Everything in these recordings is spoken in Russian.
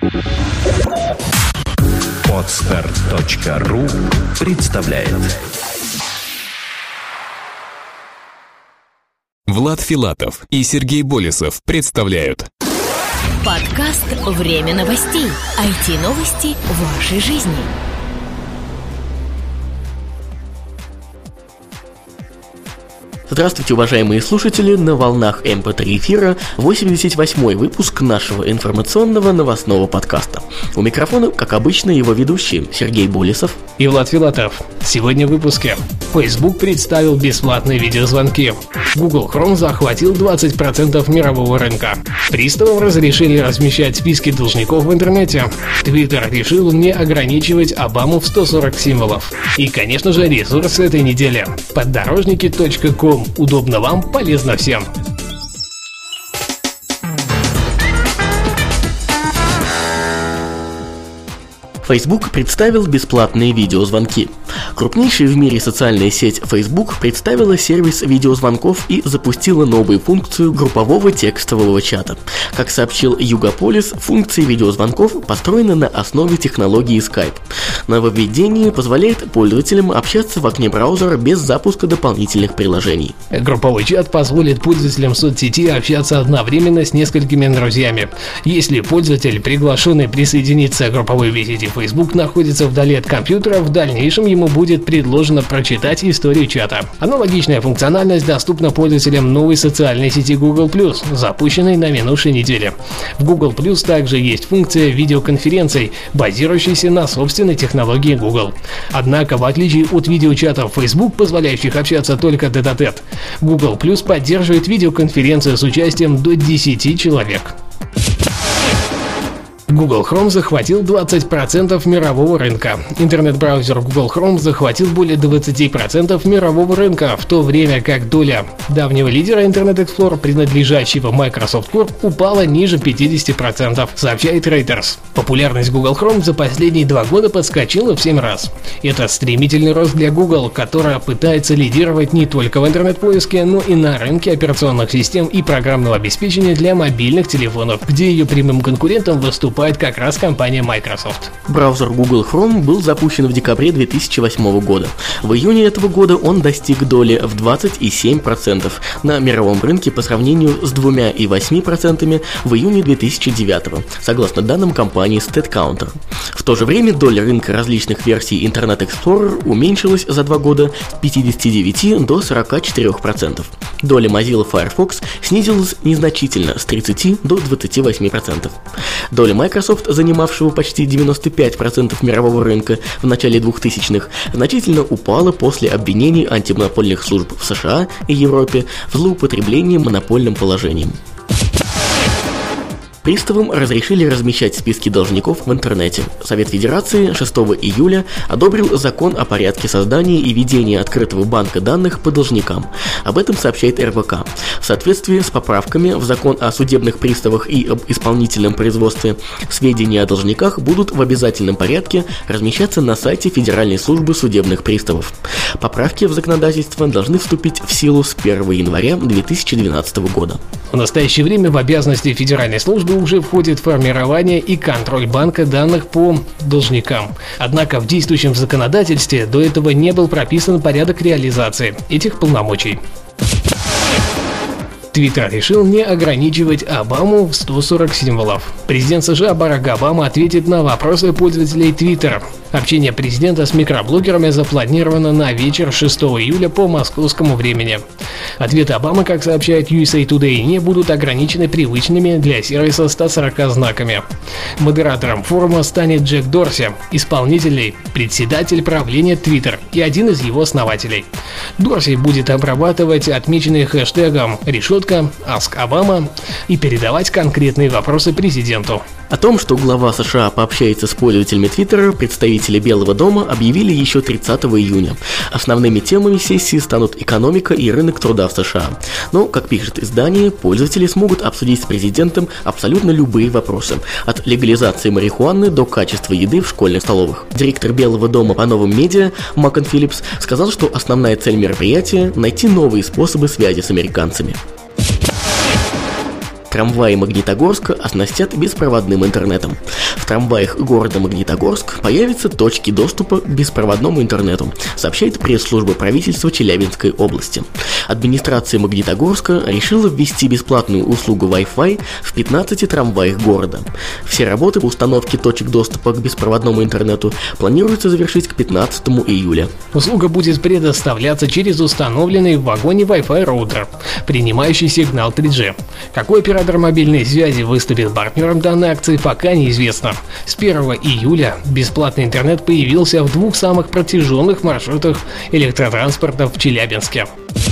Podstart.ru представляет. Влад Филатов и Сергей Болесов представляют подкаст «Время новостей». IT-новости вашей жизни. Здравствуйте, уважаемые слушатели! На волнах МП3 эфира 88-й выпуск нашего информационного новостного подкаста. У микрофона, как обычно, его ведущие Сергей Болесов и Влад Филатов. Сегодня в выпуске. Facebook представил бесплатные видеозвонки. Google Chrome захватил 20% мирового рынка. Приставам разрешили размещать списки должников в интернете. Twitter решил не ограничивать Обаму в 140 символов. И, конечно же, ресурсы этой недели. Поддорожники.com. Удобно вам, полезно всем. Facebook представил бесплатные видеозвонки. Крупнейшая в мире социальная сеть Facebook представила сервис видеозвонков и запустила новую функцию группового текстового чата. Как сообщил Югополис, функция видеозвонков построена на основе технологии Skype. Нововведение позволяет пользователям общаться в окне браузера без запуска дополнительных приложений. Групповой чат позволит пользователям соцсети общаться одновременно с несколькими друзьями. Если пользователь, приглашенный присоединиться к групповой визите Facebook, находится вдали от компьютера, в дальнейшем ему будет предложено прочитать историю чата. Аналогичная функциональность доступна пользователям новой социальной сети Google+, запущенной на минувшей неделе. В Google+, также есть функция видеоконференций, базирующаяся на собственной технологии Google. Однако, в отличие от видеочатов Facebook, позволяющих общаться только тет-а-тет, Google+ поддерживает видеоконференцию с участием до 10 человек. Google Chrome захватил 20% мирового рынка. Интернет-браузер Google Chrome захватил более 20% мирового рынка, в то время как доля давнего лидера Internet Explorer, принадлежащего Microsoft Corp, упала ниже 50%, сообщает Reuters. Популярность Google Chrome за последние 2 года подскочила в 7 раз. Это стремительный рост для Google, которая пытается лидировать не только в интернет-поиске, но и на рынке операционных систем и программного обеспечения для мобильных телефонов, где ее прямым конкурентом выступает как раз компания Microsoft. Браузер Google Chrome был запущен в декабре 2008 года. В июне этого года он достиг доли в 27% на мировом рынке по сравнению с 2,8% в июне 2009, согласно данным компании StatCounter. В то же время доля рынка различных версий Internet Explorer уменьшилась за 2 года с 59 до 44%. Доля Mozilla Firefox снизилась незначительно с 30 до 28%. Доля Microsoft, занимавшего почти 95% мирового рынка в начале 2000-х, значительно упала после обвинений антимонопольных служб в США и Европе в злоупотреблении монопольным положением. Приставам разрешили размещать списки должников в интернете. Совет Федерации 6 июля одобрил закон о порядке создания и ведения открытого банка данных по должникам. Об этом сообщает РБК. В соответствии с поправками в закон о судебных приставах и об исполнительном производстве, сведения о должниках будут в обязательном порядке размещаться на сайте Федеральной службы судебных приставов. Поправки в законодательство должны вступить в силу с 1 января 2012 года. В настоящее время в обязанности Федеральной службы уже входит формирование и контроль банка данных по должникам. Однако в действующем законодательстве до этого не был прописан порядок реализации этих полномочий. Twitter решил не ограничивать Обаму в 140 символов. Президент США Барак Обама ответит на вопросы пользователей Twitter. Общение президента с микроблогерами запланировано на вечер 6 июля по московскому времени. Ответы Обамы, как сообщает USA Today, не будут ограничены привычными для сервиса 140 знаками. Модератором форума станет Джек Дорси, исполнительный председатель правления Twitter и один из его основателей. Дорси будет обрабатывать отмеченные хэштегом «решетка», «Ask Obama» и передавать конкретные вопросы президенту. О том, что глава США пообщается с пользователями Твиттера, представители Белого дома объявили еще 30 июня. Основными темами сессии станут экономика и рынок труда в США. Но, как пишет издание, пользователи смогут обсудить с президентом абсолютно любые вопросы, от легализации марихуаны до качества еды в школьных столовых. Директор Белого дома по новым медиа Макон Филлипс сказал, что основная цель мероприятия – найти новые способы связи с американцами. Трамваи Магнитогорска оснастят беспроводным интернетом. В трамваях города Магнитогорск появятся точки доступа к беспроводному интернету, сообщает пресс-служба правительства Челябинской области. Администрация Магнитогорска решила ввести бесплатную услугу Wi-Fi в 15 трамваях города. Все работы по установке точек доступа к беспроводному интернету планируется завершить к 15 июля. Услуга будет предоставляться через установленный в вагоне Wi-Fi роутер, принимающий сигнал 3G. Какой оператор мобильной связи выступит партнером данной акции, пока неизвестно. С 1 июля бесплатный интернет появился в 2 самых протяженных маршрутах электротранспорта в Челябинске.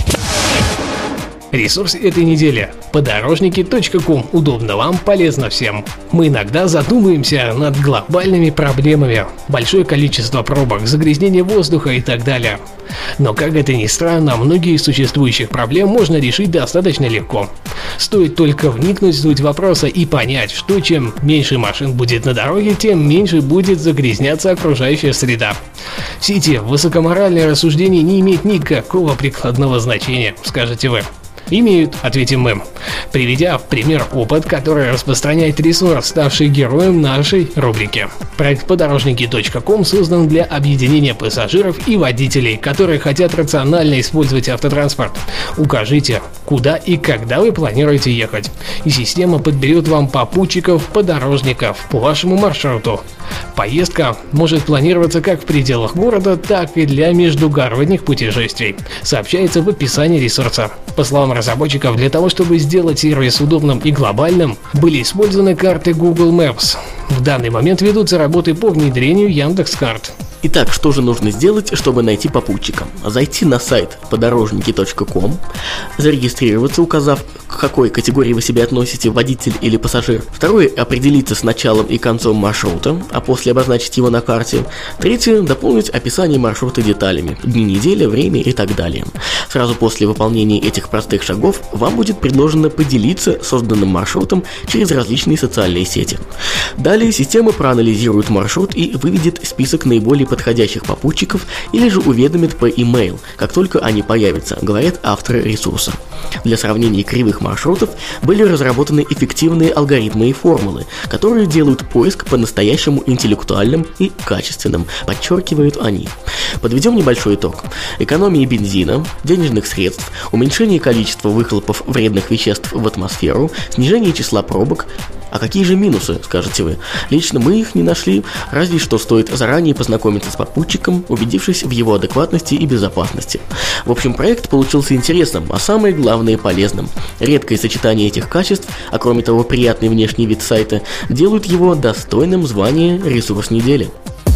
Ресурс этой недели – подорожники.ком. Удобно вам, полезно всем. Мы иногда задумываемся над глобальными проблемами. Большое количество пробок, загрязнение воздуха и так далее. Но, как это ни странно, многие из существующих проблем можно решить достаточно легко. Стоит только вникнуть в суть вопроса и понять, что чем меньше машин будет на дороге, тем меньше будет загрязняться окружающая среда. Все эти высокоморальные рассуждения не имеют никакого прикладного значения, скажете вы. Имеют, ответим мы, приведя в пример опыт, который распространяет ресурс, ставший героем нашей рубрики. Проект подорожники.ком создан для объединения пассажиров и водителей, которые хотят рационально использовать автотранспорт. Укажите, куда и когда вы планируете ехать, и система подберет вам попутчиков-подорожников по вашему маршруту. Поездка может планироваться как в пределах города, так и для междугородних путешествий, сообщается в описании ресурса. По словам разработчиков, для того, чтобы сделать сервис удобным и глобальным, были использованы карты Google Maps. В данный момент ведутся работы по внедрению Яндекс.Карт. Итак, что же нужно сделать, чтобы найти попутчика? Зайти на сайт подорожники.ком, зарегистрироваться, указав, к какой категории вы себя относите, водитель или пассажир. Второе, определиться с началом и концом маршрута, а после обозначить его на карте. Третье, дополнить описание маршрута деталями, дни недели, время и так далее. Сразу после выполнения этих простых шагов вам будет предложено поделиться созданным маршрутом через различные социальные сети. Далее система проанализирует маршрут и выведет список наиболее подходящих попутчиков или же уведомит по e-mail, как только они появятся, говорят авторы ресурса. Для сравнения кривых маршрутов были разработаны эффективные алгоритмы и формулы, которые делают поиск по-настоящему интеллектуальным и качественным, подчеркивают они. Подведем небольшой итог. Экономия бензина, денежных средств, уменьшение количества выхлопов вредных веществ в атмосферу, снижение числа пробок. А какие же минусы, скажете вы? Лично мы их не нашли, разве что стоит заранее познакомиться с попутчиком, убедившись в его адекватности и безопасности. В общем, проект получился интересным, а самое главное полезным. Редкое сочетание этих качеств, а кроме того приятный внешний вид сайта, делают его достойным звания «Ресурс недели».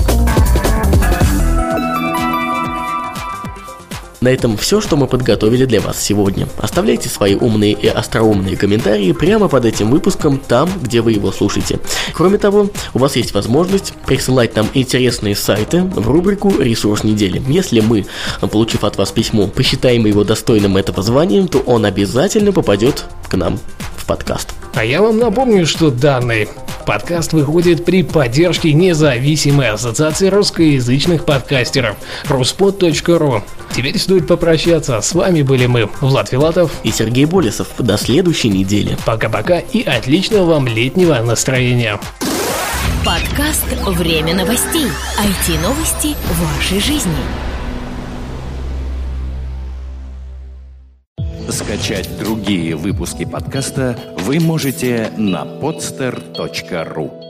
На этом все, что мы подготовили для вас сегодня. Оставляйте свои умные и остроумные комментарии прямо под этим выпуском, там, где вы его слушаете. Кроме того, у вас есть возможность присылать нам интересные сайты в рубрику «Ресурс недели». Если мы, получив от вас письмо, посчитаем его достойным этого звания, то он обязательно попадет к нам в подкаст. А я вам напомню, что данный подкаст выходит при поддержке независимой ассоциации русскоязычных подкастеров ruspod.ru. Теперь стоит попрощаться. С вами были мы, Влад Филатов и Сергей Болесов. До следующей недели. Пока-пока и отличного вам летнего настроения. Подкаст «Время новостей». IT-новости вашей жизни. Скачать другие выпуски подкаста вы можете на podster.ru.